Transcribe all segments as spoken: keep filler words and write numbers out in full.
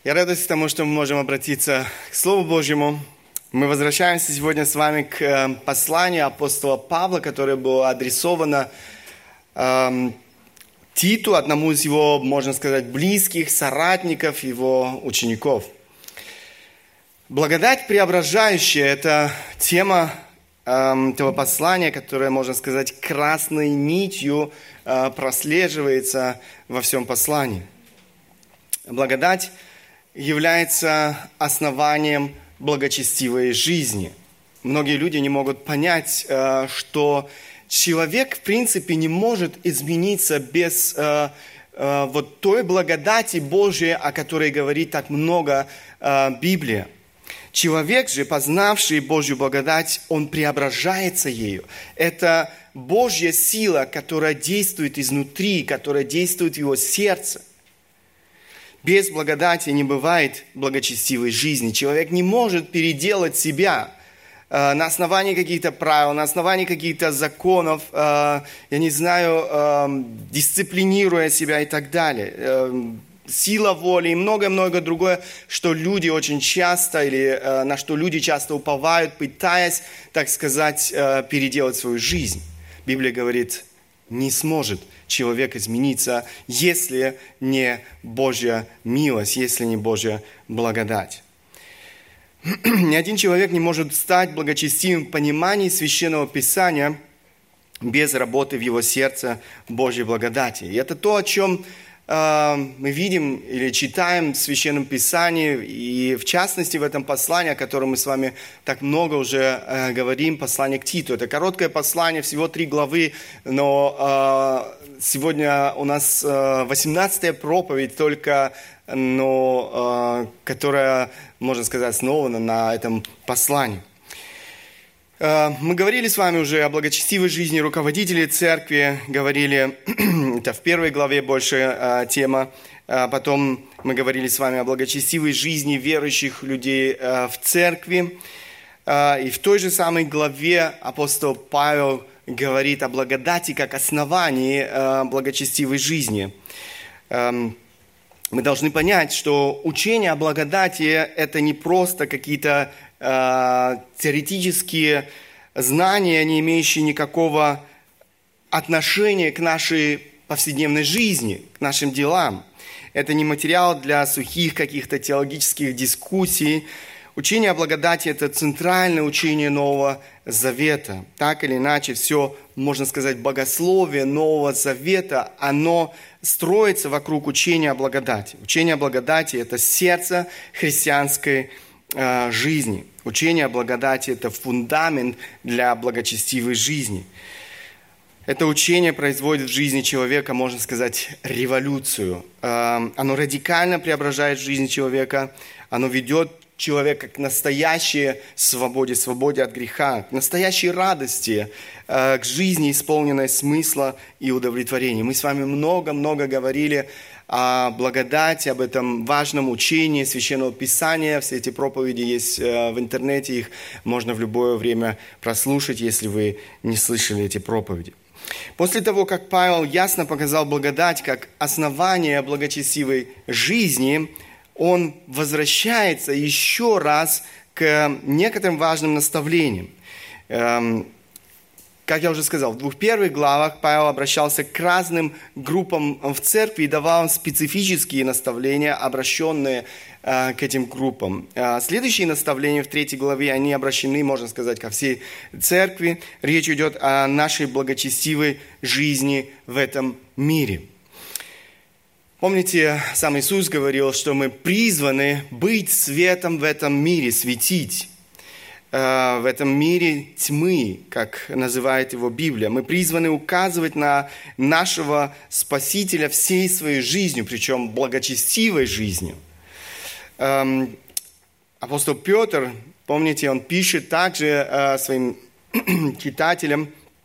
Я радуюсь тому, что мы можем обратиться к Слову Божьему. Мы возвращаемся сегодня с вами к посланию апостола Павла, которое было адресовано э, Титу, одному из его, можно сказать, близких соратников, его учеников. Благодать преображающая – это тема э, этого послания, которое, можно сказать, красной нитью э, прослеживается во всем послании. Благодать является основанием благочестивой жизни. Многие люди не могут понять, что человек, в принципе, не может измениться без вот той благодати Божией, о которой говорит так много Библия. Человек же, познавший Божью благодать, он преображается ею. Это Божья сила, которая действует изнутри, которая действует в его сердце. Без благодати не бывает благочестивой жизни. Человек не может переделать себя э, на основании каких-то правил, на основании каких-то законов, э, я не знаю, э, дисциплинируя себя и так далее. Э, сила воли и многое-многое другое, что люди очень часто, или э, на что люди часто уповают, пытаясь, так сказать, э, переделать свою жизнь. Библия говорит, не сможет человек измениться, если не Божья милость, если не Божья благодать. Ни один человек не может стать благочестивым в понимании Священного Писания без работы в его сердце Божьей благодати. И это то, о чем э, мы видим или читаем в Священном Писании, и в частности в этом послании, о котором мы с вами так много уже э, говорим, послание к Титу. Это короткое послание, всего три главы, но э, сегодня у нас восемнадцатая проповедь, только, но, которая, можно сказать, основана на этом послании. Мы говорили с вами уже о благочестивой жизни руководителей церкви, говорили, это в первой главе больше тема, потом мы говорили с вами о благочестивой жизни верующих людей в церкви, и в той же самой главе апостол Павел говорит о благодати как основании э, благочестивой жизни. Эм, мы должны понять, что учение о благодати – это не просто какие-то э, теоретические знания, не имеющие никакого отношения к нашей повседневной жизни, к нашим делам. Это не материал для сухих каких-то теологических дискуссий. Учение о благодати – это центральное учение Нового Завета. Так или иначе, все, можно сказать, богословие Нового Завета, оно строится вокруг учения о благодати. Учение о благодати – это сердце христианской э, жизни. Учение о благодати – это фундамент для благочестивой жизни. Это учение производит в жизни человека, можно сказать, революцию. Э, оно радикально преображает жизнь человека, оно ведет человека к настоящей свободе, свободе от греха, к настоящей радости, к жизни, исполненной смысла и удовлетворения. Мы с вами много-много говорили о благодати, об этом важном учении Священного Писания. Все эти проповеди есть в интернете, их можно в любое время прослушать, если вы не слышали эти проповеди. После того, как Павел ясно показал благодать как основание благочестивой жизни, он возвращается еще раз к некоторым важным наставлениям. Как я уже сказал, в двух первых главах Павел обращался к разным группам в церкви и давал им специфические наставления, обращенные к этим группам. Следующие наставления в третьей главе, они обращены, можно сказать, ко всей церкви. Речь идет о нашей благочестивой жизни в этом мире. Помните, сам Иисус говорил, что мы призваны быть светом в этом мире, светить э, в этом мире тьмы, как называет его Библия. Мы призваны указывать на нашего Спасителя всей своей жизнью, причем благочестивой жизнью. Эм, апостол Петр, помните, он пишет также э, своим читателям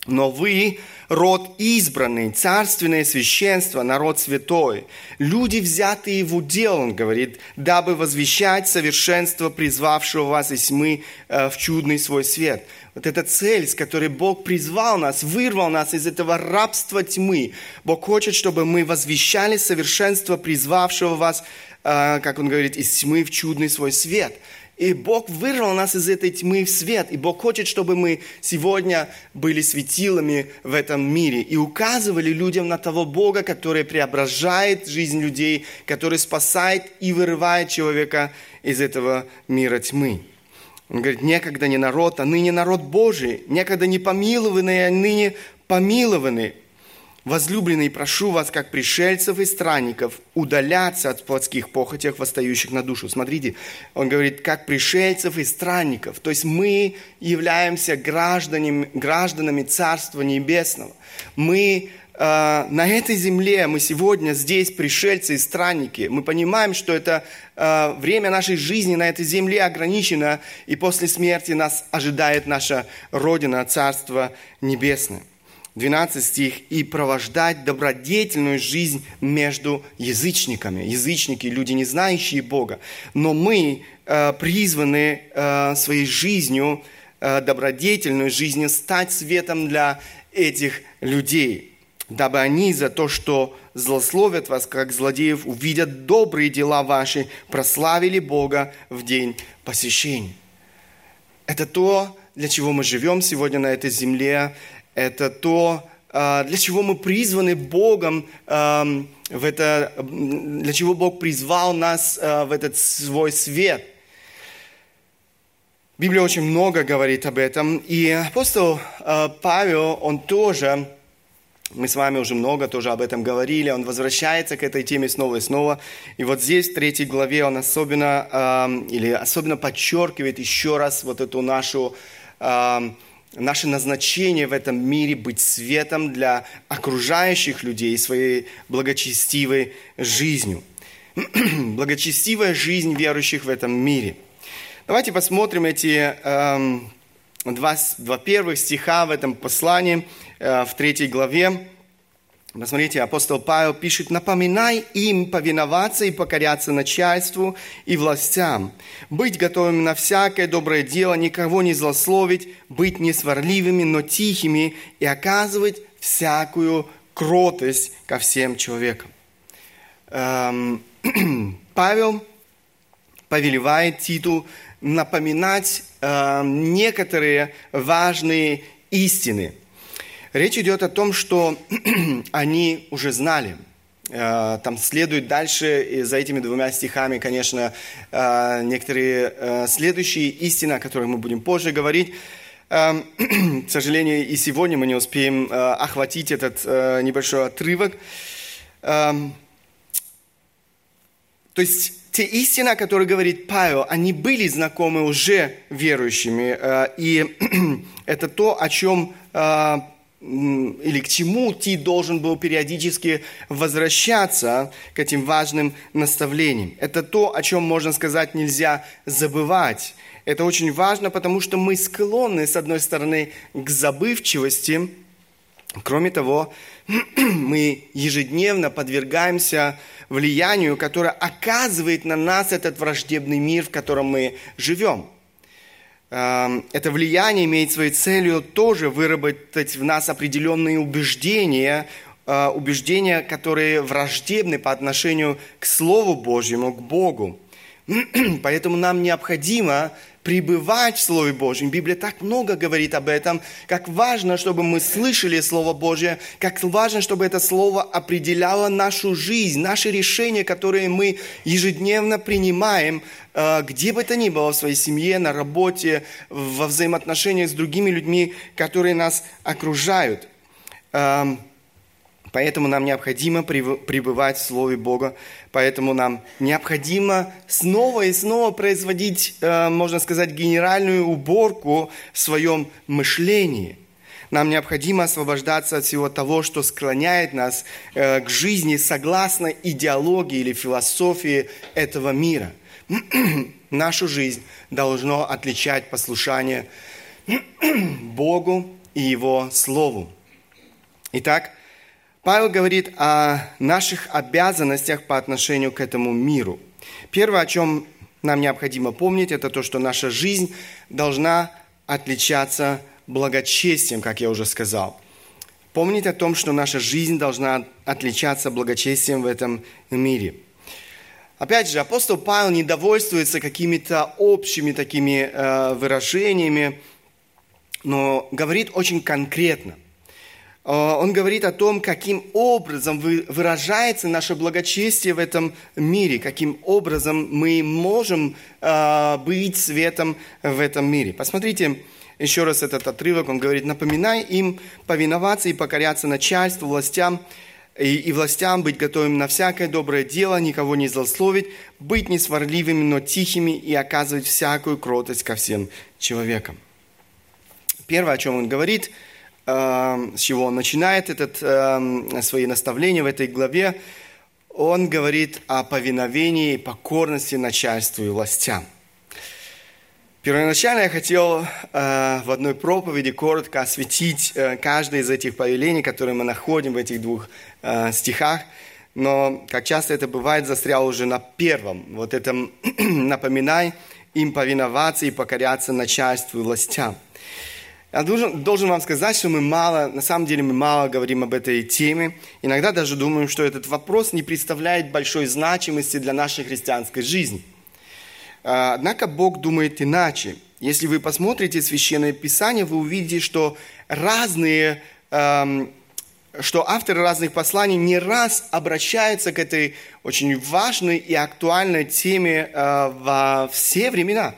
Но вы род избранный, царственное священство, народ святой, люди, взятые в удел, он говорит, дабы возвещать совершенство призвавшего вас из тьмы э, в чудный свой свет. Вот эта цель, с которой Бог призвал нас, вырвал нас из этого рабства тьмы. Бог хочет, чтобы мы возвещали совершенство призвавшего вас, э, как он говорит, из тьмы в чудный свой свет. И Бог вырвал нас из этой тьмы в свет. И Бог хочет, чтобы мы сегодня были светилами в этом мире. И указывали людям на того Бога, который преображает жизнь людей, который спасает и вырывает человека из этого мира тьмы. Он говорит, некогда не народ, а ныне народ Божий. Некогда не помилованный, а ныне помилованный. Возлюбленные, прошу вас, как пришельцев и странников, удаляться от плотских похотей, восстающих на душу. Смотрите, он говорит, как пришельцев и странников. То есть мы являемся гражданами, гражданами Царства Небесного. Мы э, на этой земле, мы сегодня здесь пришельцы и странники. Мы понимаем, что это э, время нашей жизни на этой земле ограничено, и после смерти нас ожидает наша Родина, Царство Небесное. двенадцатый стих. «И провождать добродетельную жизнь между язычниками». Язычники – люди, не знающие Бога. Но мы э, призваны э, своей жизнью, э, добродетельной жизнью, стать светом для этих людей, дабы они за то, что злословят вас, как злодеев, увидят добрые дела ваши, прославили Бога в день посещения. Это то, для чего мы живем сегодня на этой земле. Это то, для чего мы призваны Богом, в это, для чего Бог призвал нас в этот свой свет. Библия очень много говорит об этом. И апостол Павел, он тоже, мы с вами уже много тоже об этом говорили, он возвращается к этой теме снова и снова. И вот здесь, в третьей главе, он особенно, или особенно подчеркивает еще раз вот эту нашу... наше назначение в этом мире быть светом для окружающих людей своей благочестивой жизнью. Благочестивая жизнь верующих в этом мире. Давайте посмотрим эти э, два, два первых стиха в этом послании, э, в третьей главе. Посмотрите, апостол Павел пишет: «Напоминай им повиноваться и покоряться начальству и властям, быть готовыми на всякое доброе дело, никого не злословить, быть не сварливыми, но тихими и оказывать всякую кротость ко всем человекам». Эм, Павел повелевает Титу напоминать э, некоторые важные истины. Речь идет о том, что они уже знали. Там следует дальше, за этими двумя стихами, конечно, некоторые следующие истины, о которых мы будем позже говорить. К сожалению, и сегодня мы не успеем охватить этот небольшой отрывок. То есть те истины, о которых говорит Павел, они были знакомы уже верующими. И это то, о чем... или к чему Тит должен был периодически возвращаться, к этим важным наставлениям. Это то, о чем, можно сказать, нельзя забывать. Это очень важно, потому что мы склонны, с одной стороны, к забывчивости. Кроме того, мы ежедневно подвергаемся влиянию, которое оказывает на нас этот враждебный мир, в котором мы живем. Это влияние имеет своей целью тоже выработать в нас определенные убеждения, убеждения, которые враждебны по отношению к Слову Божьему, к Богу. Поэтому нам необходимо пребывать в Слове Божьем. Библия так много говорит об этом, как важно, чтобы мы слышали Слово Божье, как важно, чтобы это Слово определяло нашу жизнь, наши решения, которые мы ежедневно принимаем, где бы то ни было, в своей семье, на работе, во взаимоотношениях с другими людьми, которые нас окружают. Поэтому нам необходимо пребывать в Слове Бога. Поэтому нам необходимо снова и снова производить, можно сказать, генеральную уборку в своем мышлении. Нам необходимо освобождаться от всего того, что склоняет нас к жизни согласно идеологии или философии этого мира. Нашу жизнь должно отличать послушание Богу и Его Слову. Итак, Павел говорит о наших обязанностях по отношению к этому миру. Первое, о чем нам необходимо помнить, это то, что наша жизнь должна отличаться благочестием, как я уже сказал. Помнить о том, что наша жизнь должна отличаться благочестием в этом мире. Опять же, апостол Павел не довольствуется какими-то общими такими э, выражениями, но говорит очень конкретно. Э, он говорит о том, каким образом вы, выражается наше благочестие в этом мире, каким образом мы можем э, быть светом в этом мире. Посмотрите еще раз этот отрывок. Он говорит: «Напоминай им повиноваться и покоряться начальству, властям, И, и властям быть готовым на всякое доброе дело, никого не злословить, быть не сварливыми, но тихими и оказывать всякую кротость ко всем человекам». Первое, о чем он говорит, э, с чего он начинает этот, э, свои наставления в этой главе, он говорит о повиновении и покорности начальству и властям. Первоначально я хотел э, в одной проповеди коротко осветить э, каждое из этих повелений, которые мы находим в этих двух э, стихах, но, как часто это бывает, застрял уже на первом. Вот этом «напоминай им повиноваться и покоряться начальству и властям». Я должен, должен вам сказать, что мы мало, на самом деле мы мало говорим об этой теме. Иногда даже думаем, что этот вопрос не представляет большой значимости для нашей христианской жизни. Однако Бог думает иначе. Если вы посмотрите Священное Писание, вы увидите, что разные, эм, что авторы разных посланий не раз обращаются к этой очень важной и актуальной теме э, во все времена.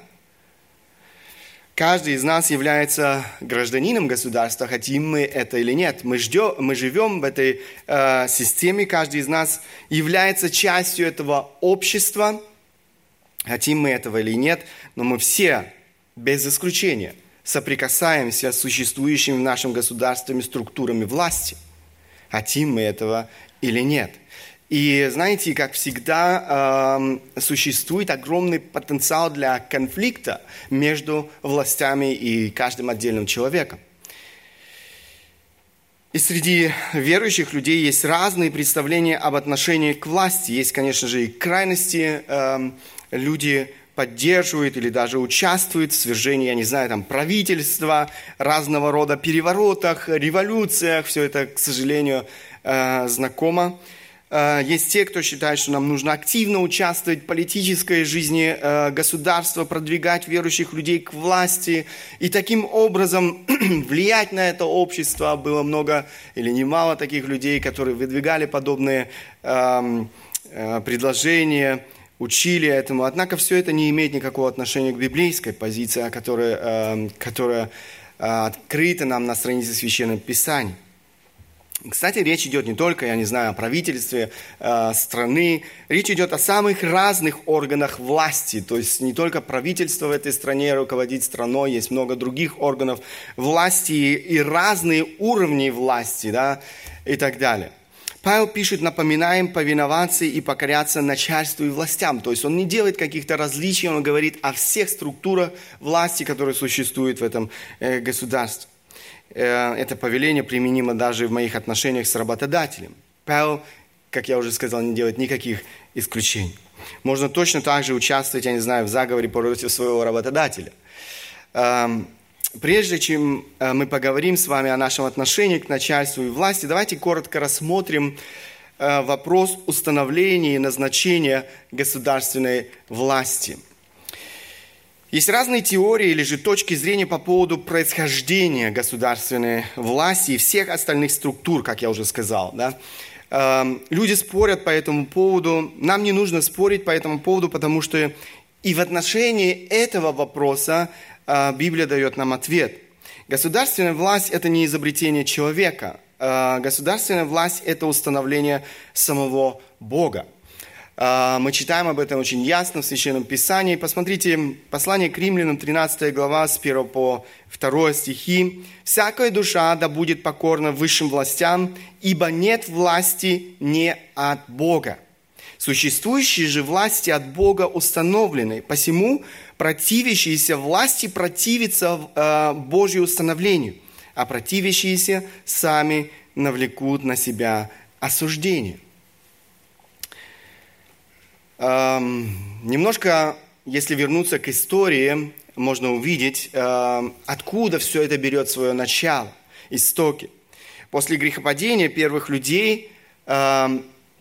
Каждый из нас является гражданином государства, хотим мы это или нет. Мы, ждем, мы живем в этой э, системе, каждый из нас является частью этого общества. Хотим мы этого или нет, но мы все, без исключения, соприкасаемся с существующими в нашем государстве структурами власти. Хотим мы этого или нет. И знаете, как всегда, э, существует огромный потенциал для конфликта между властями и каждым отдельным человеком. И среди верующих людей есть разные представления об отношении к власти. Есть, конечно же, и крайности. Э, люди поддерживают или даже участвуют в свержении, я не знаю, там, правительства, разного рода переворотах, революциях. Все это, к сожалению, э, знакомо. Э, есть те, кто считает, что нам нужно активно участвовать в политической жизни э, государства, продвигать верующих людей к власти и таким образом влиять на это общество. Было много или немало таких людей, которые выдвигали подобные э, э, предложения, учили этому. Однако все это не имеет никакого отношения к библейской позиции, которая, э, которая э, открыта нам на странице Священного Писания. Кстати, речь идет не только, я не знаю, о правительстве э, страны, речь идет о самых разных органах власти. То есть не только правительство в этой стране руководит страной, есть много других органов власти и разные уровни власти, да, и так далее. Павел пишет: напоминаем повиноваться и покоряться начальству и властям. То есть он не делает каких-то различий, он говорит о всех структурах власти, которые существуют в этом э, государстве. Э, это повеление применимо даже в моих отношениях с работодателем. Павел, как я уже сказал, не делает никаких исключений. Можно точно так же участвовать, я не знаю, в заговоре против своего работодателя. Э, Прежде чем мы поговорим с вами о нашем отношении к начальству и власти, давайте коротко рассмотрим вопрос установления и назначения государственной власти. Есть разные теории или же точки зрения по поводу происхождения государственной власти и всех остальных структур, как я уже сказал. Да? Люди спорят по этому поводу. Нам не нужно спорить по этому поводу, потому что и в отношении этого вопроса Библия дает нам ответ. Государственная власть – это не изобретение человека. Государственная власть – это установление самого Бога. Мы читаем об этом очень ясно в Священном Писании. Посмотрите, послание к Римлянам, тринадцатая глава, с первого по второй стихи. «Всякая душа да будет покорна высшим властям, ибо нет власти не от Бога. Существующие же власти от Бога установлены, посему противящиеся власти противятся э, Божьему установлению. а противящиеся сами навлекут на себя осуждение. Эм, немножко, если вернуться к истории, можно увидеть, э, откуда все это берет свое начало, истоки. После грехопадения первых людей, э,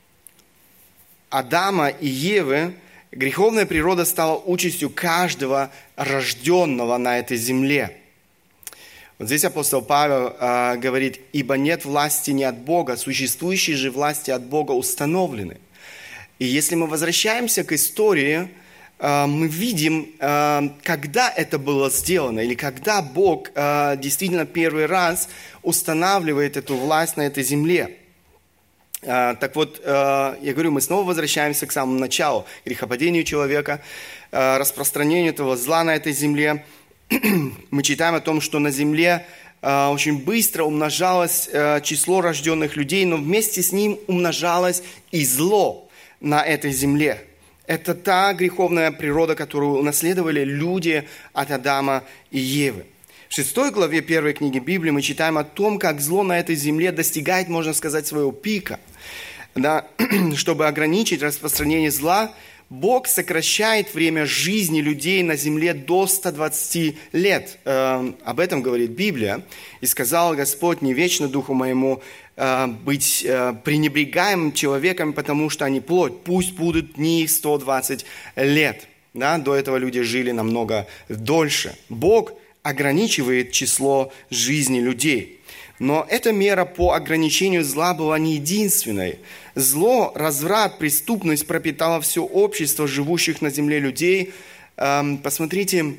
Адама и Евы, греховная природа стала участью каждого рожденного на этой земле. Вот здесь апостол Павел э, говорит: «Ибо нет власти не от Бога, существующие же власти от Бога установлены». И если мы возвращаемся к истории, э, мы видим, э, когда это было сделано, или когда Бог э, действительно первый раз устанавливает эту власть на этой земле. Э, так вот, э, я говорю, мы снова возвращаемся к самому началу, к грехопадению человека, э, распространению этого зла на этой земле. Мы читаем о том, что на земле э, очень быстро умножалось э, число рожденных людей, но вместе с ним умножалось и зло на этой земле. Это та греховная природа, которую унаследовали люди от Адама и Евы. В шестой главе первой книги Библии мы читаем о том, как зло на этой земле достигает, можно сказать, своего пика. Да? Чтобы ограничить распространение зла, Бог сокращает время жизни людей на земле до ста двадцати лет. Э, об этом говорит Библия. «И сказал Господь: не вечно духу моему э, быть э, пренебрегаемым человеком, потому что они плоть. Пусть будут дни их сто двадцать лет». Да? До этого люди жили намного дольше. Бог ограничивает число жизни людей. Но эта мера по ограничению зла была не единственной. Зло, разврат, преступность пропитало все общество живущих на земле людей. Посмотрите,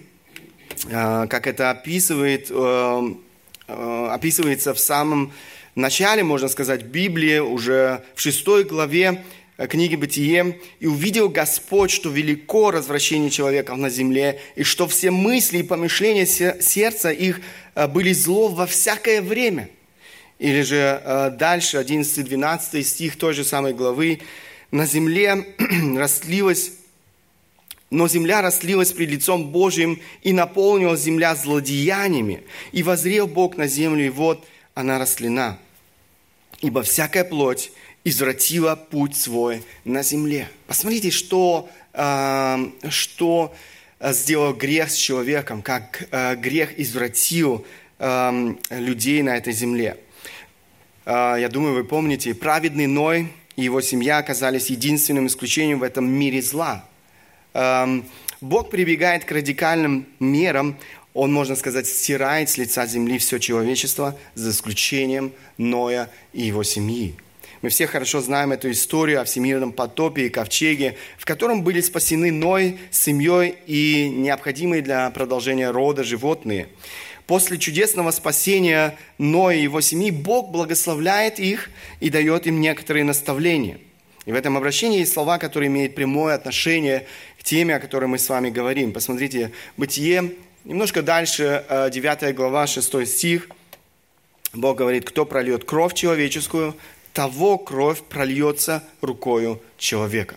как это описывает, описывается в самом начале, можно сказать, Библии, уже в шестой главе книги «Бытие». «И увидел Господь, что велико развращение человеков на земле, и что все мысли и помышления сердца их были зло во всякое время». Или же дальше, одиннадцатый-двенадцатый стих той же самой главы. «На земле растлилась, но земля растлилась пред лицом Божьим, и наполнилась земля злодеяниями. И воззрел Бог на землю, и вот она растлена. Ибо всякая плоть извратила путь свой на земле». Посмотрите, что, э, что сделал грех с человеком, как э, грех извратил э, людей на этой земле. Э, я думаю, вы помните, праведный Ной и его семья оказались единственным исключением в этом мире зла. Э, Бог прибегает к радикальным мерам. Он, можно сказать, стирает с лица земли все человечество, за исключением Ноя и его семьи. Мы все хорошо знаем эту историю о всемирном потопе и ковчеге, в котором были спасены Ной с семьей и необходимые для продолжения рода животные. После чудесного спасения Ноя и его семьи Бог благословляет их и дает им некоторые наставления. И в этом обращении есть слова, которые имеют прямое отношение к теме, о которой мы с вами говорим. Посмотрите, Бытие, немножко дальше, девятая глава, шестой стих. Бог говорит: «Кто прольет кровь человеческую, того кровь прольется рукою человека».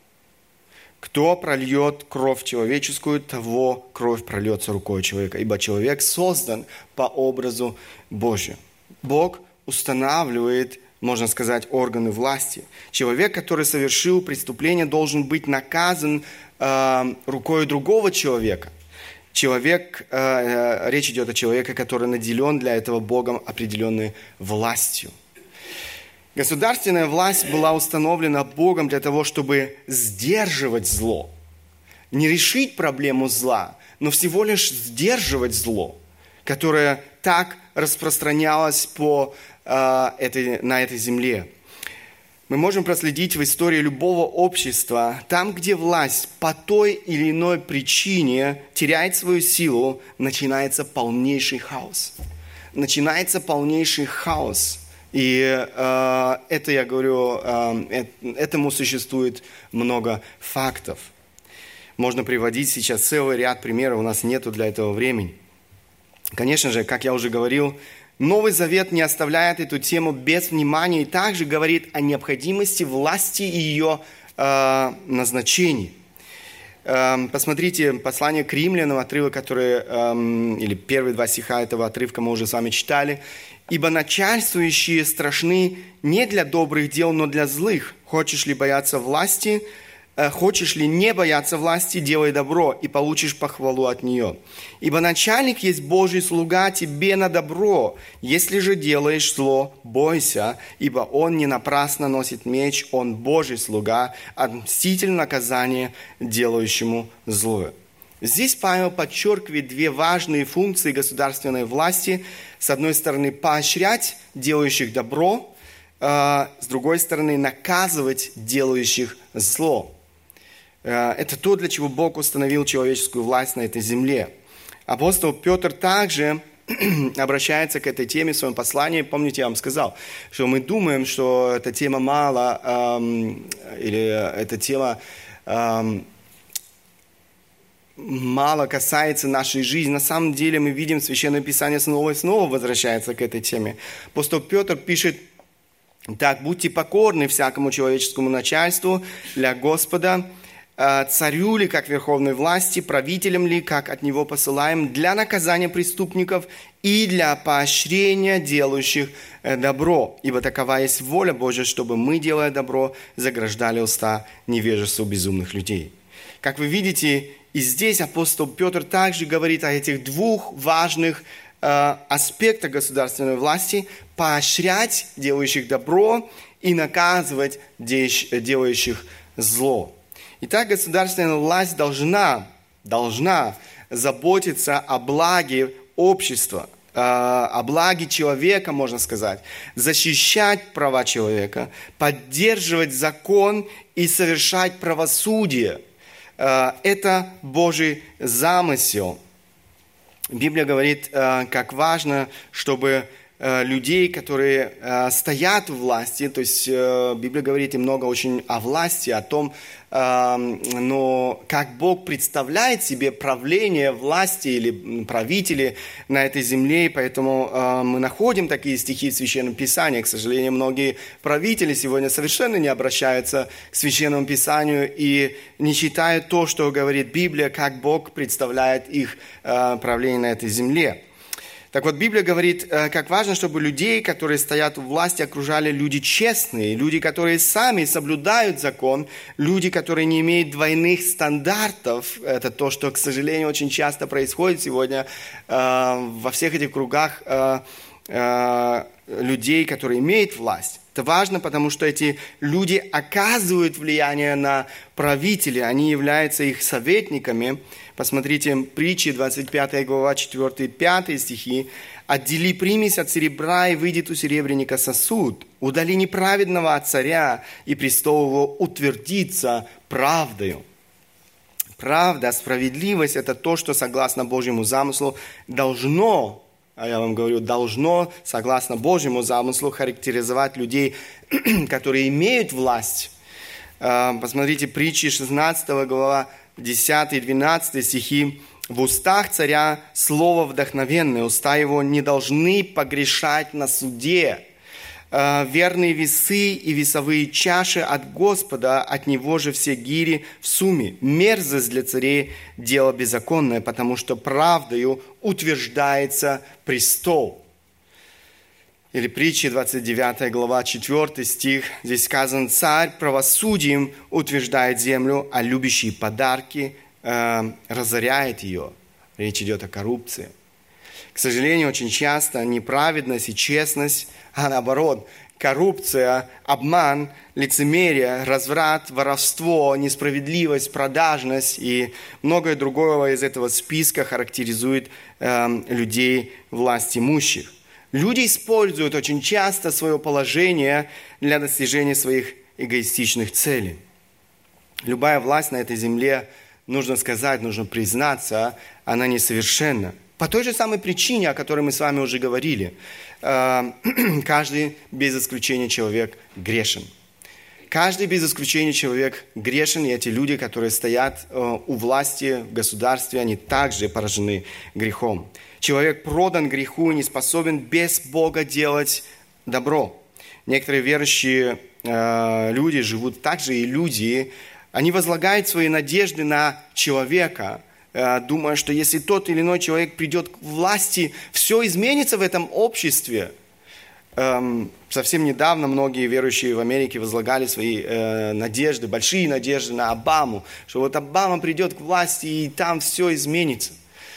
Кто прольет кровь человеческую, того кровь прольется рукой человека. Ибо человек создан по образу Божьему. Бог устанавливает, можно сказать, органы власти. Человек, который совершил преступление, должен быть наказан э, рукой другого человека. Человек, э, речь идет о человеке, который наделен для этого Богом определенной властью. Государственная власть была установлена Богом для того, чтобы сдерживать зло. Не решить проблему зла, но всего лишь сдерживать зло, которое так распространялось по, э, этой, на этой земле. Мы можем проследить в истории любого общества, там, где власть по той или иной причине теряет свою силу, начинается полнейший хаос. Начинается полнейший хаос. И э, это, я говорю, э, этому существует много фактов. Можно приводить сейчас целый ряд примеров, у нас нету для этого времени. Конечно же, как я уже говорил, Новый Завет не оставляет эту тему без внимания и также говорит о необходимости власти и ее э, назначении. Посмотрите послание к римлянам, отрывок, который, или первые два стиха этого отрывка мы уже с вами читали. «Ибо начальствующие страшны не для добрых дел, но для злых. Хочешь ли бояться власти? Хочешь ли не бояться власти, делай добро, и получишь похвалу от нее. Ибо начальник есть Божий слуга тебе на добро. Если же делаешь зло, бойся, ибо он не напрасно носит меч, он Божий слуга, отмститель наказания делающему злое». Здесь Павел подчеркивает две важные функции государственной власти. С одной стороны, поощрять делающих добро, с другой стороны, наказывать делающих зло. Это то, для чего Бог установил человеческую власть на этой земле. Апостол Петр также обращается к этой теме в своем послании. Помните, я вам сказал, что мы думаем, что эта тема мало, эм, или эта тема эм, мало касается нашей жизни. На самом деле мы видим, Священное Писание снова и снова возвращается к этой теме. Апостол Петр пишет так: «Будьте покорны всякому человеческому начальству для Господа, царю ли, как верховной власти, правителям ли, как от него посылаем, для наказания преступников и для поощрения делающих добро. Ибо такова есть воля Божья, чтобы мы, делая добро, заграждали уста невежеству безумных людей». Как вы видите, и здесь апостол Петр также говорит о этих двух важных э, аспектах государственной власти: поощрять делающих добро и наказывать делающих зло. Итак, государственная власть должна, должна заботиться о благе общества, о благе человека, можно сказать, защищать права человека, поддерживать закон и совершать правосудие. Это Божий замысел. Библия говорит, как важно, чтобы людей, которые стоят в власти, то есть Библия говорит и много очень о власти, о том, но как Бог представляет себе правление власти или правители на этой земле, и поэтому мы находим такие стихи в Священном Писании. К сожалению, многие правители сегодня совершенно не обращаются к Священному Писанию и не читают то, что говорит Библия, как Бог представляет их правление на этой земле. Так вот, Библия говорит, как важно, чтобы людей, которые стоят у власти, окружали люди честные, люди, которые сами соблюдают закон, люди, которые не имеют двойных стандартов. Это то, что, к сожалению, очень часто происходит сегодня э, во всех этих кругах э, э, людей, которые имеют власть. Это важно, потому что эти люди оказывают влияние на правителей, они являются их советниками. Посмотрите, Притчи, двадцать пятая глава, четвёртый и пятый стихи. «Отдели примесь от серебра, и выйдет у серебряника сосуд. Удали неправедного от царя, и престол его утвердится правдою». Правда, справедливость – это то, что, согласно Божьему замыслу, должно, а я вам говорю, должно, согласно Божьему замыслу, характеризовать людей, которые имеют власть. Посмотрите, Притчи, шестнадцатая глава, десятый и двенадцатый стихи. «В устах царя слово вдохновенное, уста его не должны погрешать на суде. Верные весы и весовые чаши от Господа, от него же все гири в сумме. Мерзость для царей – дело беззаконное, потому что правдою утверждается престол». Или Притчи, двадцать девятая глава, четвёртый стих. Здесь сказано: «Царь правосудием утверждает землю, а любящие подарки э, разоряет ее». Речь идет о коррупции. К сожалению, очень часто неправедность и честность, а наоборот, коррупция, обман, лицемерие, разврат, воровство, несправедливость, продажность и многое другое из этого списка характеризует э, людей власть имущих. Люди используют очень часто свое положение для достижения своих эгоистичных целей. Любая власть на этой земле, нужно сказать, нужно признаться, она несовершенна. По той же самой причине, о которой мы с вами уже говорили. Каждый без исключения человек грешен. Каждый без исключения человек грешен, и эти люди, которые стоят у власти в государстве, они также поражены грехом. Человек продан греху и не способен без Бога делать добро. Некоторые верующие э, люди живут также иллюзии, Они возлагают свои надежды на человека, думая, что если тот или иной человек придет к власти, все изменится в этом обществе. Совсем недавно многие верующие в Америке возлагали свои надежды, большие надежды на Обаму, что вот Обама придет к власти и там все изменится.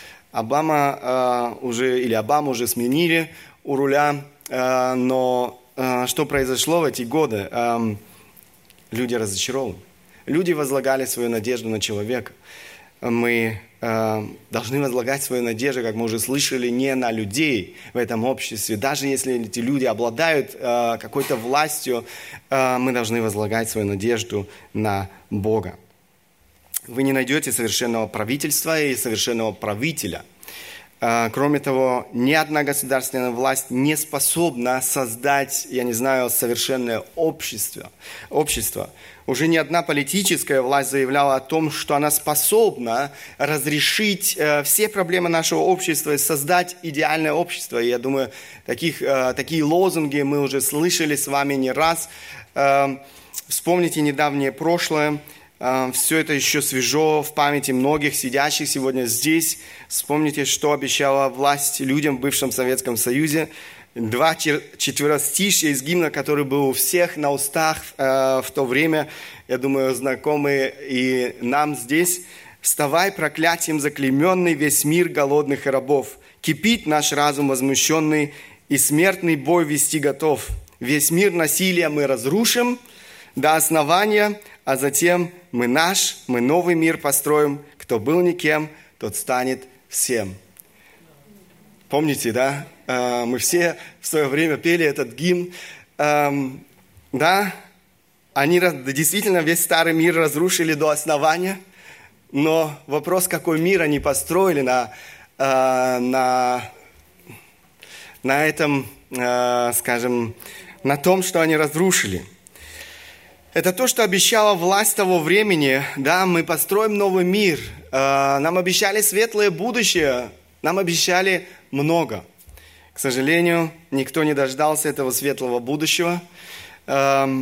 Обама уже, или Обаму уже сменили у руля, но что произошло в эти годы? Люди разочарованы. Люди возлагали свою надежду на человека. Мы э, должны возлагать свою надежду, как мы уже слышали, не на людей в этом обществе. Даже если эти люди обладают э, какой-то властью, э, мы должны возлагать свою надежду на Бога. Вы не найдете совершенного правительства и совершенного правителя. Э, кроме того, ни одна государственная власть не способна создать, я не знаю, совершенное общество. общество. Уже ни одна политическая власть заявляла о том, что она способна разрешить э, все проблемы нашего общества и создать идеальное общество. И я думаю, таких, э, такие лозунги мы уже слышали с вами не раз. Э, вспомните недавнее прошлое. Э, все это еще свежо в памяти многих сидящих сегодня здесь. Вспомните, что обещала власть людям в бывшем Советском Союзе. Два четверостишья из гимна, который был у всех на устах э, в то время, я думаю, знакомые и нам здесь. «Вставай, проклятием заклейменный, весь мир голодных и рабов. Кипит наш разум возмущенный, и смертный бой вести готов. Весь мир насилия мы разрушим до основания, а затем мы наш, мы новый мир построим. Кто был никем, тот станет всем». Помните, да? Мы все в свое время пели этот гимн. Да, они действительно весь старый мир разрушили до основания, но вопрос, какой мир они построили на, на, на этом, скажем, на том, что они разрушили. Это то, что обещала власть того времени. Да, мы построим новый мир. Нам обещали светлое будущее, нам обещали много. К сожалению, никто не дождался этого светлого будущего. Что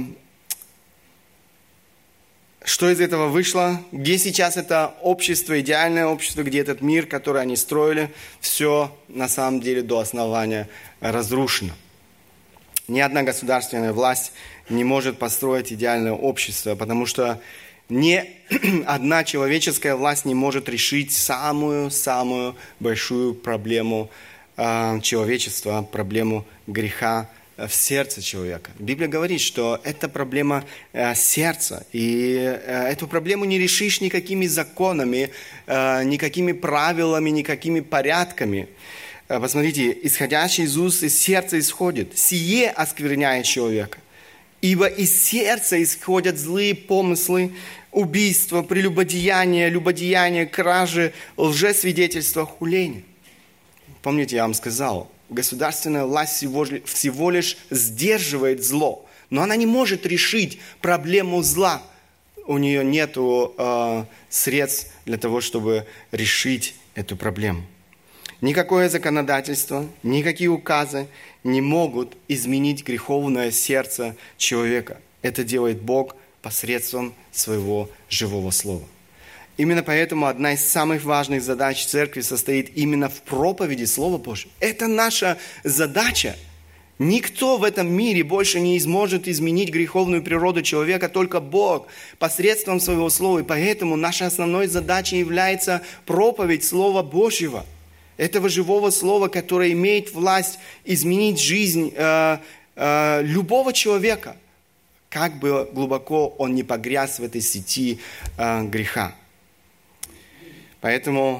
из этого вышло? Где сейчас это общество, идеальное общество, где этот мир, который они строили, все на самом деле до основания разрушено. Ни одна государственная власть не может построить идеальное общество, потому что ни одна человеческая власть не может решить самую-самую большую проблему человечества, проблему греха в сердце человека. Библия говорит, что это проблема сердца, и эту проблему не решишь никакими законами, никакими правилами, никакими порядками. Посмотрите, исходящий из уст из сердца исходит, сие оскверняет человека. Ибо из сердца исходят злые помыслы, убийства, прелюбодеяния, любодеяния, кражи, лжесвидетельства, хуления. Помните, я вам сказал, государственная власть всего, всего лишь сдерживает зло, но она не может решить проблему зла. У нее нет э, средств для того, чтобы решить эту проблему. Никакое законодательство, никакие указы не могут изменить греховное сердце человека. Это делает Бог посредством своего живого слова. Именно поэтому одна из самых важных задач церкви состоит именно в проповеди Слова Божьего. Это наша задача. Никто в этом мире больше не сможет изменить греховную природу человека, только Бог посредством своего Слова. И поэтому нашей основной задачей является проповедь Слова Божьего. Этого живого Слова, которое имеет власть изменить жизнь э, э, любого человека, как бы глубоко он ни погряз в этой сети э, греха. Поэтому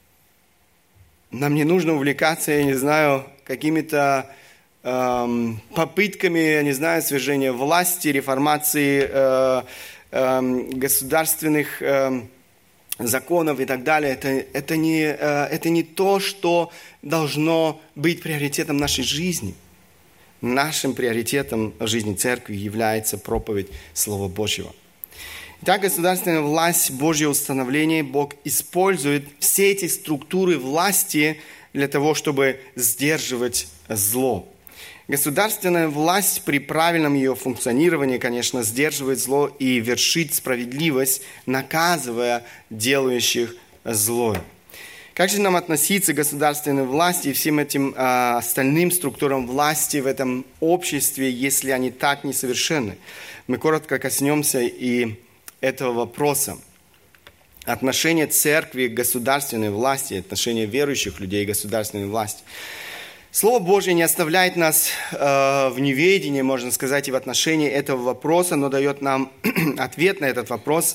нам не нужно увлекаться, я не знаю, какими-то эм, попытками, я не знаю, свержения власти, реформации э, э, государственных э, законов и так далее. Это, это, не, э, это не то, что должно быть приоритетом нашей жизни. Нашим приоритетом в жизни церкви является проповедь Слова Божьего. Итак, государственная власть, Божье установление, Бог использует все эти структуры власти для того, чтобы сдерживать зло. Государственная власть при правильном ее функционировании, конечно, сдерживает зло и вершит справедливость, наказывая делающих злое. Как же нам относиться к государственной власти и всем этим э, остальным структурам власти в этом обществе, если они так несовершенны? Мы коротко коснемся и этого вопроса. Отношение церкви к государственной власти, отношение верующих людей к государственной власти. Слово Божье не оставляет нас э, в неведении, можно сказать, и в отношении этого вопроса, но дает нам ответ на этот вопрос.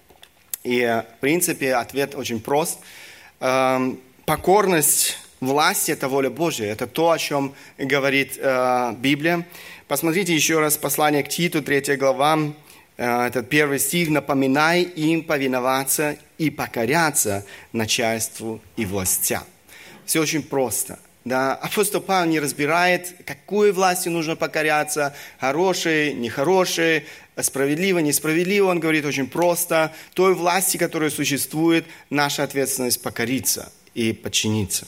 И, в принципе, ответ очень прост. Э, покорность власти – это воля Божья. Это то, о чем говорит э, Библия. Посмотрите еще раз послание к Титу, третья глава. Это первый стих. «Напоминай им повиноваться и покоряться начальству и властям». Все очень просто. Да? Апостол Павел не разбирает, какой власти нужно покоряться, хорошей, нехорошей, справедливо, несправедливо. Он говорит очень просто. Той власти, которая существует, наша ответственность покориться и подчиниться.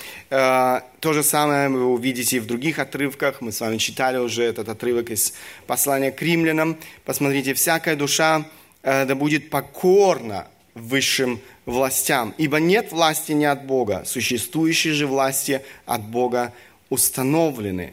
То же самое вы увидите в других отрывках. Мы с вами читали уже этот отрывок из послания к римлянам. Посмотрите, всякая душа да будет покорна высшим властям, ибо нет власти не от Бога, существующие же власти от Бога установлены.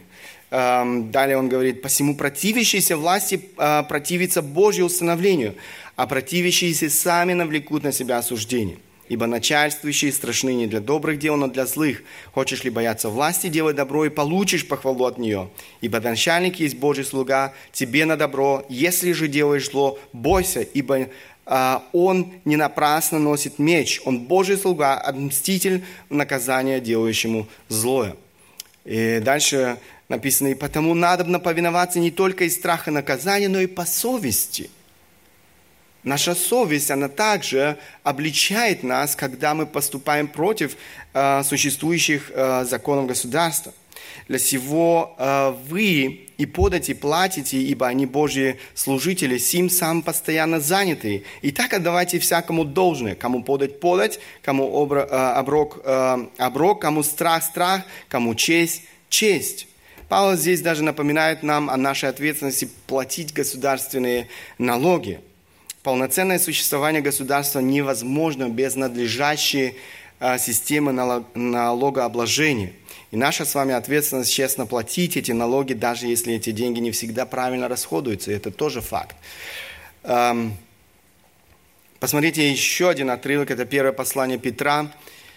Далее он говорит, посему противящиеся власти противятся Божьему установлению, а противящиеся сами навлекут на себя осуждение. Ибо начальствующие страшны не для добрых дел, но для злых. Хочешь ли бояться власти, делай добро, и получишь похвалу от нее. Ибо начальник есть Божий слуга, тебе на добро. Если же делаешь зло, бойся, ибо а, он не напрасно носит меч. Он Божий слуга, мститель наказания делающему злое. И дальше написано, и потому надобно повиноваться не только из страха наказания, но и по совести. Наша совесть, она также обличает нас, когда мы поступаем против э, существующих э, законов государства. Для сего э, вы и подати платите, ибо они Божьи служители, сим сам постоянно занятые. И так отдавайте всякому должное, кому подать подать, кому обро, э, оброк э, оброк, кому страх страх, кому честь честь. Павел здесь даже напоминает нам о нашей ответственности платить государственные налоги. Полноценное существование государства невозможно без надлежащей а, системы налог, налогообложения. И наша с вами ответственность честно платить эти налоги, даже если эти деньги не всегда правильно расходуются. Это тоже факт. Эм, посмотрите еще один отрывок. Это первое послание Петра.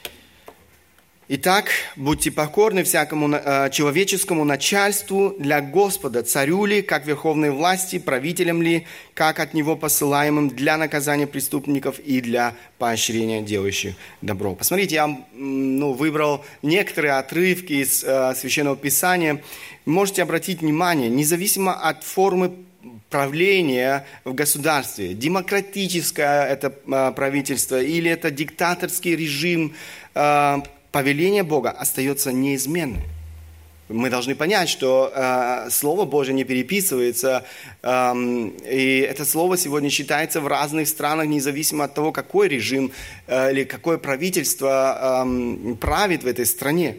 Итак, будьте покорны всякому э, человеческому начальству для Господа, царю ли, как верховной власти, правителям ли, как от него посылаемым для наказания преступников и для поощрения делающих добро. Посмотрите, я ну, выбрал некоторые отрывки из э, Священного Писания. Можете обратить внимание, независимо от формы правления в государстве, демократическое это э, правительство или это диктаторский режим, э, повеление Бога остается неизменным. Мы должны понять, что э, Слово Божие не переписывается, э, и это Слово сегодня читается в разных странах, независимо от того, какой режим э, или какое правительство э, правит в этой стране.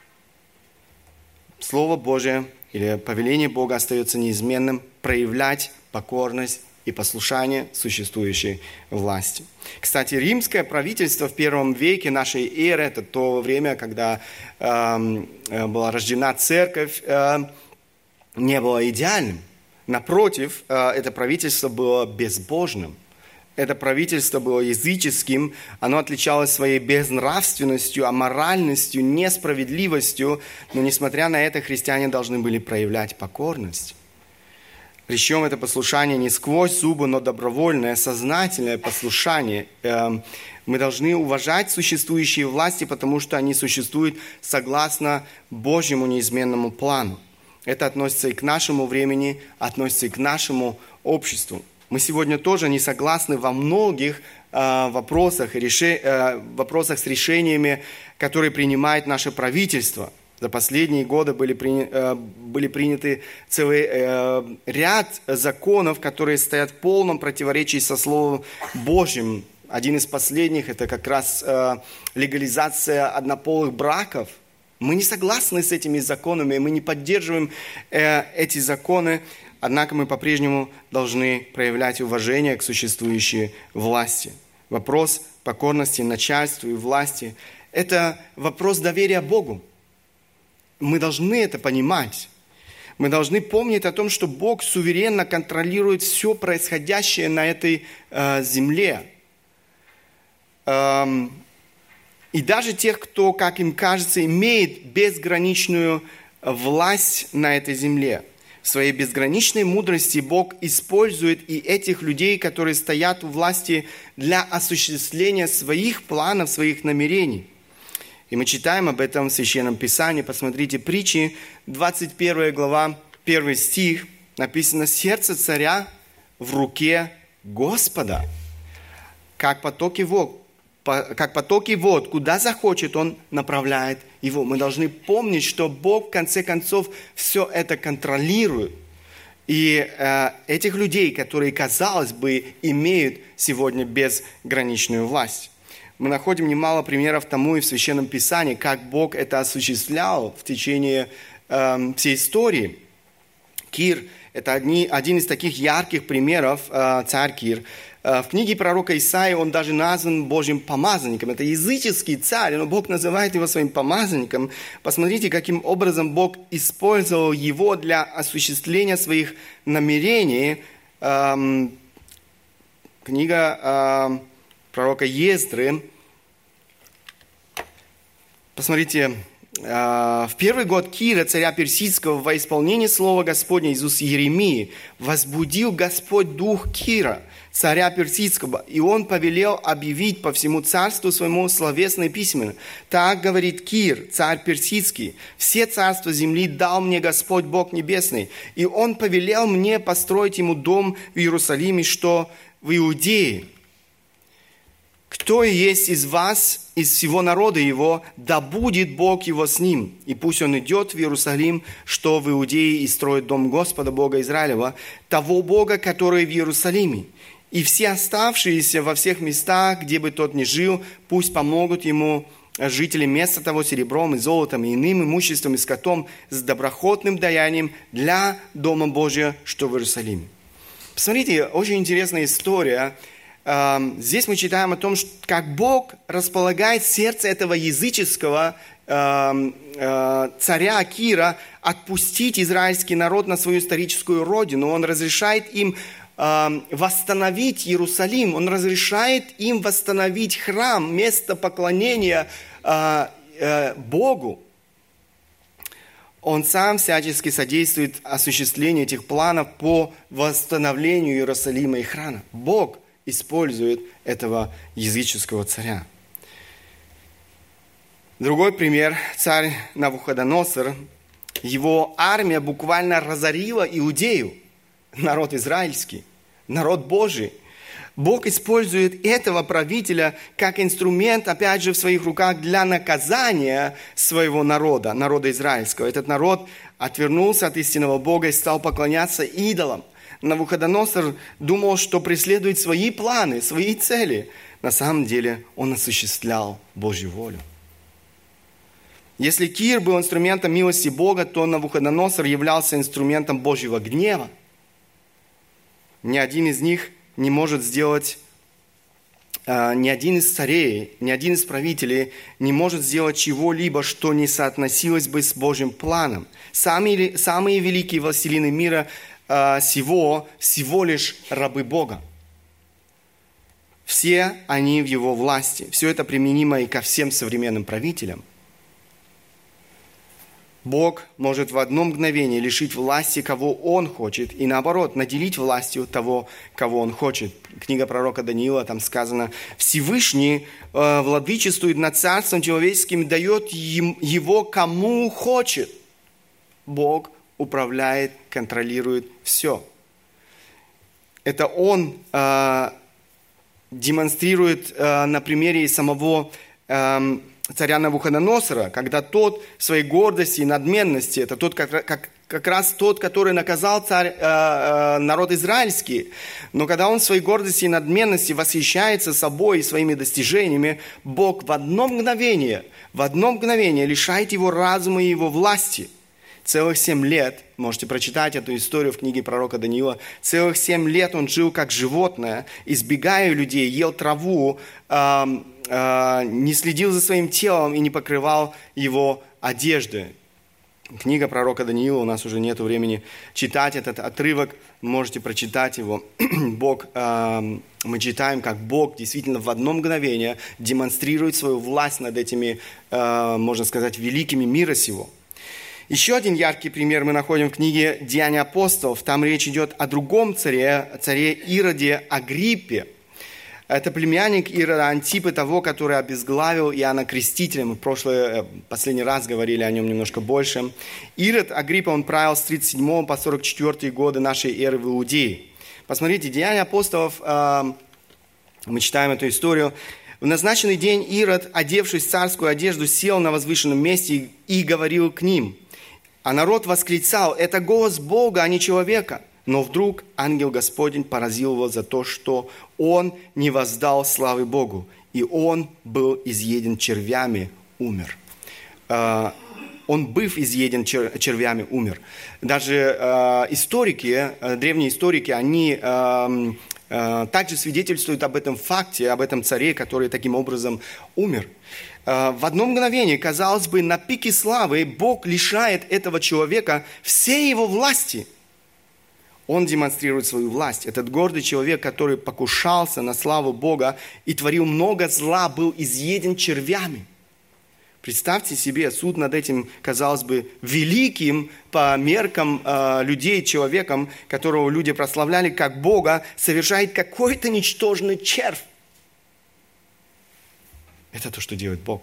Слово Божие или повеление Бога остается неизменным, проявлять покорность и послушание существующей власти. Кстати, римское правительство в первом веке нашей эры, это то время, когда э, была рождена церковь, э, не было идеальным. Напротив, э, это правительство было безбожным. Это правительство было языческим, оно отличалось своей безнравственностью, аморальностью, несправедливостью, но несмотря на это, христиане должны были проявлять покорность. Причем это послушание не сквозь зубы, но добровольное, сознательное послушание. Мы должны уважать существующие власти, потому что они существуют согласно Божьему неизменному плану. Это относится и к нашему времени, относится и к нашему обществу. Мы сегодня тоже не согласны во многих вопросах, вопросах с решениями, которые принимает наше правительство. За последние годы были, при, э, были приняты целый э, ряд законов, которые стоят в полном противоречии со Словом Божьим. Один из последних – это как раз э, легализация однополых браков. Мы не согласны с этими законами, мы не поддерживаем э, эти законы, однако мы по-прежнему должны проявлять уважение к существующей власти. Вопрос покорности начальству и власти – это вопрос доверия Богу. Мы должны это понимать. Мы должны помнить о том, что Бог суверенно контролирует все происходящее на этой э, земле. Эм, и даже тех, кто, как им кажется, имеет безграничную власть на этой земле. В своей безграничной мудрости Бог использует и этих людей, которые стоят у власти, для осуществления своих планов, своих намерений. И мы читаем об этом в Священном Писании. Посмотрите, Притчи, двадцать первая глава, первый стих. Написано: «Сердце царя в руке Господа, как потоки вод, как потоки вод, куда захочет, Он направляет его». Мы должны помнить, что Бог, в конце концов, все это контролирует. И э, этих людей, которые, казалось бы, имеют сегодня безграничную власть. Мы находим немало примеров тому и в Священном Писании, как Бог это осуществлял в течение э, всей истории. Кир – это одни, один из таких ярких примеров, э, царь Кир. Э, в книге пророка Исаии он даже назван Божьим помазанником. Это языческий царь, но Бог называет его своим помазанником. Посмотрите, каким образом Бог использовал его для осуществления своих намерений. Э, книга... Э, пророка Ездры. Посмотрите, в первый год Кира, царя Персидского, во исполнении слова Господня из уст Иеремии, возбудил Господь дух Кира, царя Персидского, и он повелел объявить по всему царству своему словесное письменно. Так говорит Кир, царь Персидский: «Все царства земли дал мне Господь Бог Небесный, и он повелел мне построить ему дом в Иерусалиме, что в Иудее. Кто есть из вас, из всего народа его, да будет Бог его с ним. И пусть он идет в Иерусалим, что в Иудее, и строит дом Господа, Бога Израилева, того Бога, который в Иерусалиме. И все оставшиеся во всех местах, где бы тот ни жил, пусть помогут ему жители места того серебром и золотом, и иным имуществом, и скотом, с доброхотным даянием для Дома Божия, что в Иерусалиме». Посмотрите, очень интересная история. Здесь мы читаем о том, как Бог располагает сердце этого языческого царя Кира отпустить израильский народ на свою историческую родину. Он разрешает им восстановить Иерусалим, Он разрешает им восстановить храм, место поклонения Богу. Он сам всячески содействует осуществлению этих планов по восстановлению Иерусалима и храма. Бог использует этого языческого царя. Другой пример. Царь Навуходоносор. Его армия буквально разорила Иудею, народ израильский, народ Божий. Бог использует этого правителя как инструмент, опять же, в своих руках для наказания своего народа, народа израильского. Этот народ отвернулся от истинного Бога и стал поклоняться идолам. Навуходоносор думал, что преследует свои планы, свои цели. На самом деле он осуществлял Божью волю. Если Кир был инструментом милости Бога, то Навуходоносор являлся инструментом Божьего гнева. Ни один из них не может сделать, э, ни один из царей, ни один из правителей не может сделать чего-либо, что не соотносилось бы с Божьим планом. Самые, самые великие властелины мира Всего, всего лишь рабы Бога. Все они в Его власти. Все это применимо и ко всем современным правителям. Бог может в одно мгновение лишить власти, кого Он хочет, и наоборот, наделить властью того, кого Он хочет. Книга пророка Даниила, там сказано: «Всевышний э, владычествует над царством человеческим и дает им, его кому хочет». Бог управляет, контролирует все. Это Он э, демонстрирует э, на примере самого э, царя Навуходоносора, когда тот в своей гордости и надменности, это тот, как, как, как раз тот, который наказал царь, э, э, народ израильский, но когда он в своей гордости и надменности восхищается собой и своими достижениями, Бог в одно мгновение, в одно мгновение лишает его разума и его власти. Целых семь лет, можете прочитать эту историю в книге пророка Даниила, целых семь лет он жил как животное, избегая людей, ел траву, э, э, не следил за своим телом и не покрывал его одежды. Книга пророка Даниила, у нас уже нет времени читать этот отрывок, можете прочитать его. Бог, э, мы читаем, как Бог действительно в одно мгновение демонстрирует свою власть над этими, э, можно сказать, великими мира сего. Еще один яркий пример мы находим в книге «Деяния апостолов». Там речь идет о другом царе, царе Ироде Агриппе. Это племянник Ирода Антипы, того, который обезглавил Иоанна Крестителя. Мы в прошлый, последний раз говорили о нем немножко больше. Ирод Агриппа, он правил с тридцать седьмого по сорок четвёртый годы нашей эры в Иудее. Посмотрите, «Деяния апостолов», мы читаем эту историю. В назначенный день Ирод, одевшись в царскую одежду, сел на возвышенном месте и говорил к ним. А народ восклицал: «Это голос Бога, а не человека». Но вдруг ангел Господень поразил его за то, что он не воздал славы Богу, и он был изъеден червями, умер. Он, быв изъеден червями, умер. Даже историки, древние историки, они также свидетельствуют об этом факте, об этом царе, который таким образом умер. В одно мгновение, казалось бы, на пике славы Бог лишает этого человека всей его власти. Он демонстрирует свою власть. Этот гордый человек, который покушался на славу Бога и творил много зла, был изъеден червями. Представьте себе суд над этим, казалось бы, великим по меркам э, людей человеком, которого люди прославляли как Бога, совершает какой-то ничтожный червь. Это то, что делает Бог.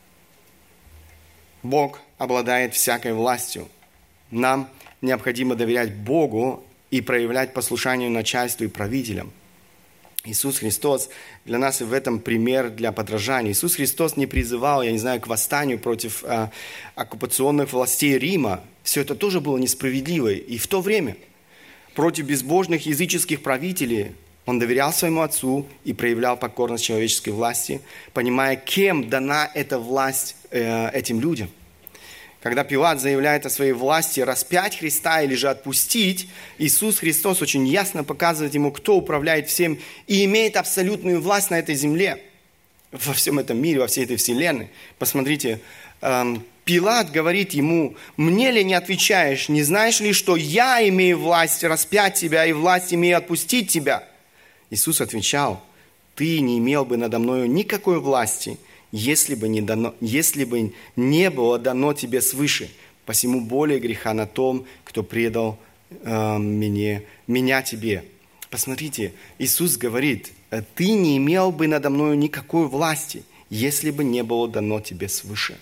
Бог обладает всякой властью. Нам необходимо доверять Богу и проявлять послушание начальству и правителям. Иисус Христос для нас и в этом пример для подражания. Иисус Христос не призывал, я не знаю, к восстанию против э, оккупационных властей Рима. Все это тоже было несправедливо. И в то время против безбожных языческих правителей Он доверял своему Отцу и проявлял покорность человеческой власти, понимая, кем дана эта власть э, этим людям. Когда Пилат заявляет о своей власти распять Христа или же отпустить, Иисус Христос очень ясно показывает ему, кто управляет всем и имеет абсолютную власть на этой земле, во всем этом мире, во всей этой вселенной. Посмотрите, эм, Пилат говорит ему: «Мне ли не отвечаешь? Не знаешь ли, что я имею власть распять тебя и власть имею отпустить тебя?» Иисус отвечал: «Ты не имел бы надо мною никакой власти, если бы не, дано, если бы не было дано тебе свыше. Посему более греха на том, кто предал э, мне, меня тебе». Посмотрите, Иисус говорит: «Ты не имел бы надо мною никакой власти, если бы не было дано тебе свыше».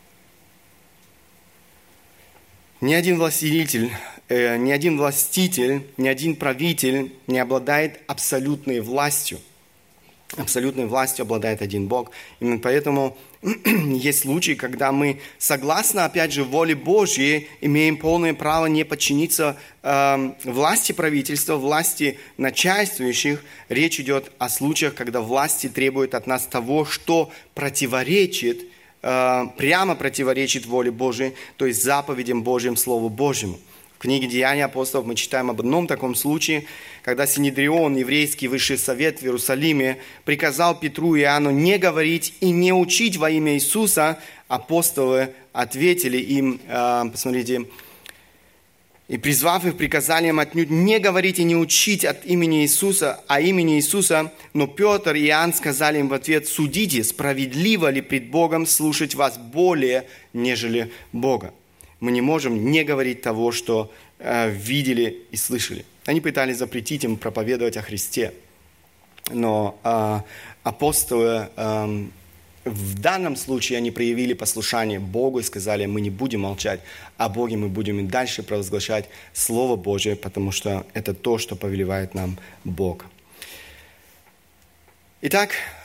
Ни один властитель, э, ни один властитель, ни один правитель не обладает абсолютной властью. Абсолютной властью обладает один Бог. Именно поэтому есть случаи, когда мы, согласно, опять же, воле Божьей, имеем полное право не подчиниться э, власти правительства, власти начальствующих. Речь идет о случаях, когда власти требуют от нас того, что противоречит, э, прямо противоречит воле Божьей, то есть заповедям Божьим, Слову Божьему. В книге «Деяния апостолов» мы читаем об одном таком случае, когда Синедрион, еврейский высший совет в Иерусалиме, приказал Петру и Иоанну не говорить и не учить во имя Иисуса. Апостолы ответили им, посмотрите, и призвав их, приказали им отнюдь не говорить и не учить от имени Иисуса, а имени Иисуса. Но Петр и Иоанн сказали им в ответ: «Судите, справедливо ли пред Богом слушать вас более, нежели Бога». Мы не можем не говорить того, что э, видели и слышали. Они пытались запретить им проповедовать о Христе. Но э, апостолы э, в данном случае они проявили послушание Богу и сказали: мы не будем молчать о Боге, мы будем и дальше провозглашать Слово Божие, потому что это то, что повелевает нам Бог. Итак,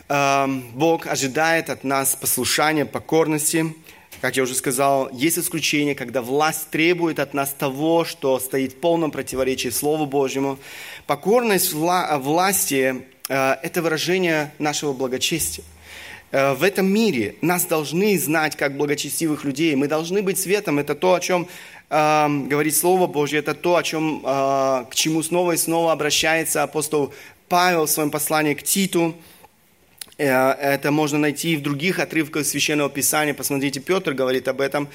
Бог ожидает от нас послушания, покорности. Как я уже сказал, есть исключения, когда власть требует от нас того, что стоит в полном противоречии Слову Божьему. Покорность вла- власти – это выражение нашего благочестия. В этом мире нас должны знать как благочестивых людей. Мы должны быть светом. Это то, о чем э, говорит Слово Божье. Это то, о чем, э, к чему снова и снова обращается апостол Павел в своем послании к Титу. Это можно найти и в других отрывках Священного Писания. Посмотрите, Петр говорит об этом.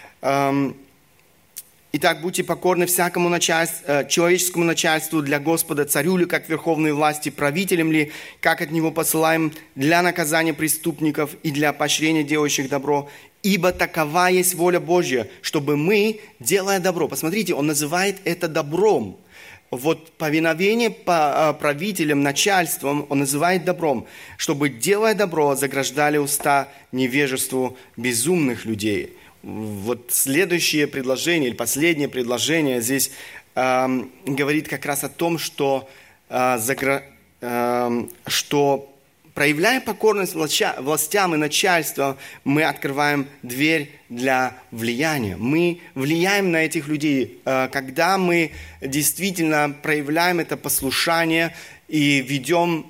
Итак, будьте покорны всякому начальству, человеческому начальству для Господа, царю ли, как верховной власти, правителям ли, как от него посылаем для наказания преступников и для поощрения делающих добро. Ибо такова есть воля Божья, чтобы мы, делая добро, посмотрите, он называет это добром. Вот повиновение по правителям, начальствам он называет добром, чтобы, делая добро, заграждали уста невежеству безумных людей. Вот следующее предложение, или последнее предложение здесь э, говорит как раз о том, что, э, загра... э, что проявляя покорность властям и начальству, мы открываем дверь для влияния. Мы влияем на этих людей. Когда мы действительно проявляем это послушание и ведем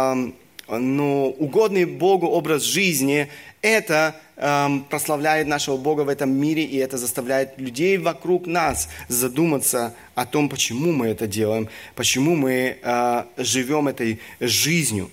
ну, угодный Богу образ жизни, это прославляет нашего Бога в этом мире, и это заставляет людей вокруг нас задуматься о том, почему мы это делаем, почему мы живем этой жизнью.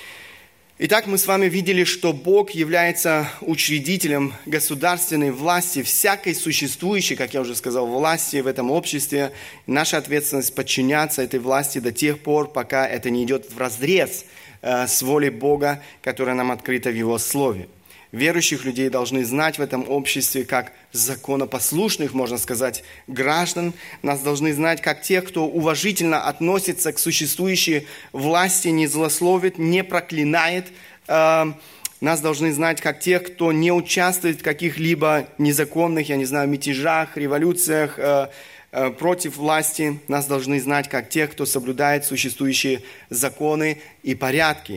Итак, мы с вами видели, что Бог является учредителем государственной власти, всякой существующей, как я уже сказал, власти в этом обществе. Наша ответственность подчиняться этой власти до тех пор, пока это не идет вразрез э, с волей Бога, которая нам открыта в Его Слове. Верующих людей должны знать в этом обществе как законопослушных, можно сказать, граждан. Нас должны знать как тех, кто уважительно относится к существующей власти, не злословит, не проклинает. Нас должны знать как тех, кто не участвует в каких-либо незаконных, я не знаю, мятежах, революциях против власти. Нас должны знать как тех, кто соблюдает существующие законы и порядки.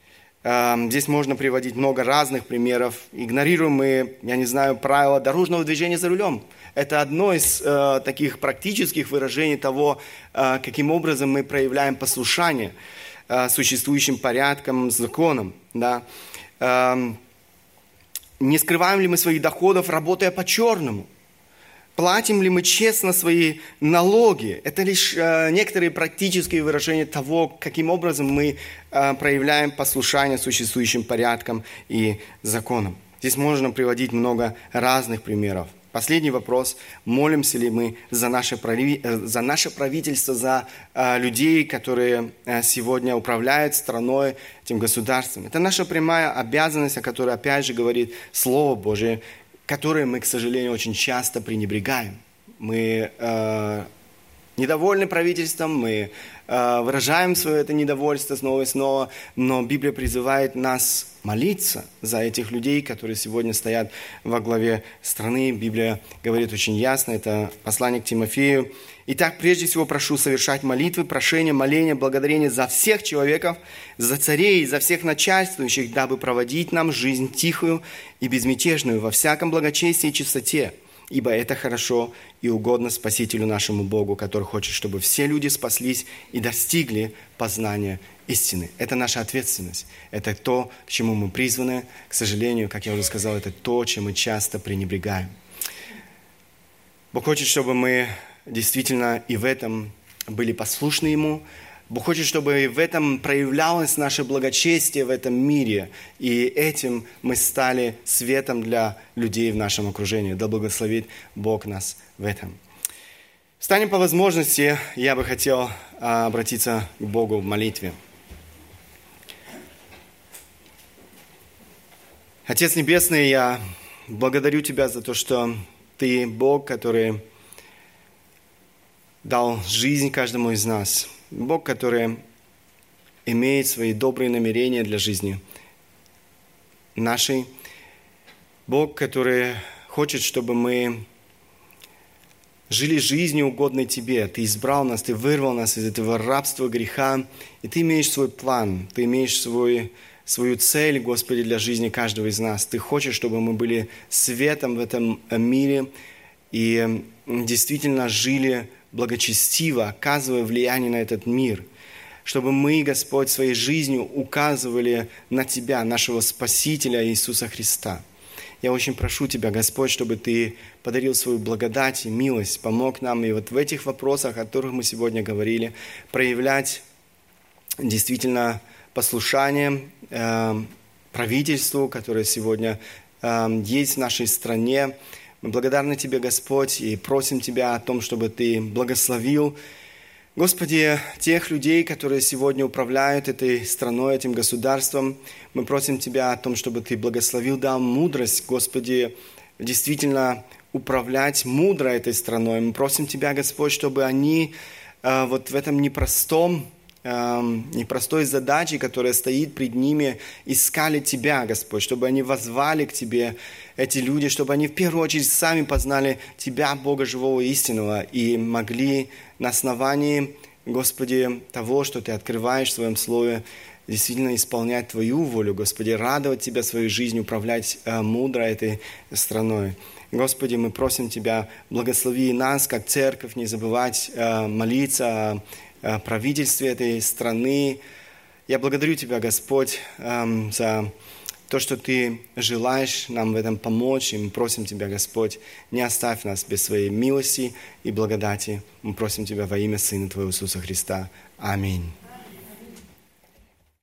Здесь можно приводить много разных примеров. Игнорируем мы, я не знаю, правила дорожного движения за рулем. Это одно из э, таких практических выражений того, э, каким образом мы проявляем послушание э, существующим порядкам, законам. Да? Э, не скрываем ли мы своих доходов, работая по-черному? Платим ли мы честно свои налоги? Это лишь э, некоторые практические выражения того, каким образом мы э, проявляем послушание существующим порядкам и законам. Здесь можно приводить много разных примеров. Последний вопрос. Молимся ли мы за наше, прави... за наше правительство, за э, людей, которые э, сегодня управляют страной, этим государством? Это наша прямая обязанность, о которой опять же говорит Слово Божие, которые мы, к сожалению, очень часто пренебрегаем. Мы э, недовольны правительством, мы э, выражаем свое это недовольство снова и снова, но Библия призывает нас молиться за этих людей, которые сегодня стоят во главе страны. Библия говорит очень ясно, это послание к Тимофею. Итак, прежде всего прошу совершать молитвы, прошения, моления, благодарения за всех человеков, за царей, за всех начальствующих, дабы проводить нам жизнь тихую и безмятежную во всяком благочестии и чистоте. Ибо это хорошо и угодно Спасителю нашему Богу, который хочет, чтобы все люди спаслись и достигли познания истины. Это наша ответственность. Это то, к чему мы призваны. К сожалению, как я уже сказал, это то, чем мы часто пренебрегаем. Бог хочет, чтобы мы действительно и в этом были послушны Ему. Бог хочет, чтобы и в этом проявлялось наше благочестие в этом мире. И этим мы стали светом для людей в нашем окружении. Да благословит Бог нас в этом. Встанем по возможности. Я бы хотел обратиться к Богу в молитве. Отец Небесный, я благодарю Тебя за то, что Ты Бог, который дал жизнь каждому из нас. Бог, который имеет свои добрые намерения для жизни нашей. Бог, который хочет, чтобы мы жили жизнью, угодной Тебе. Ты избрал нас, Ты вырвал нас из этого рабства, греха. И Ты имеешь свой план, Ты имеешь свой, свою цель, Господи, для жизни каждого из нас. Ты хочешь, чтобы мы были светом в этом мире и действительно жили благочестиво, оказывая влияние на этот мир. Чтобы мы, Господь, своей жизнью указывали на Тебя, нашего Спасителя Иисуса Христа. Я очень прошу Тебя, Господь, чтобы Ты подарил свою благодать и милость, помог нам и вот в этих вопросах, о которых мы сегодня говорили, проявлять действительно послушание э, правительству, которое сегодня э, есть в нашей стране. Мы благодарны Тебе, Господь, и просим Тебя о том, чтобы Ты благословил, Господи, тех людей, которые сегодня управляют этой страной, этим государством. Мы просим Тебя о том, чтобы Ты благословил, дал мудрость, Господи, действительно управлять мудро этой страной. Мы просим Тебя, Господь, чтобы они э, вот в этом непростом, э, непростой задаче, которая стоит пред ними, искали Тебя, Господь, чтобы они воззвали к Тебе, эти люди, чтобы они в первую очередь сами познали Тебя, Бога живого и истинного, и могли на основании, Господи, того, что Ты открываешь в Своем Слове, действительно исполнять Твою волю, Господи, радовать Тебя своей жизнью, управлять э, мудро этой страной. Господи, мы просим Тебя, благослови нас, как церковь, не забывать э, молиться о, о правительстве этой страны. Я благодарю Тебя, Господь, э, за то, что Ты желаешь нам в этом помочь, и мы просим Тебя, Господь, не оставь нас без Своей милости и благодати. Мы просим Тебя во имя Сына Твоего Иисуса Христа. Аминь.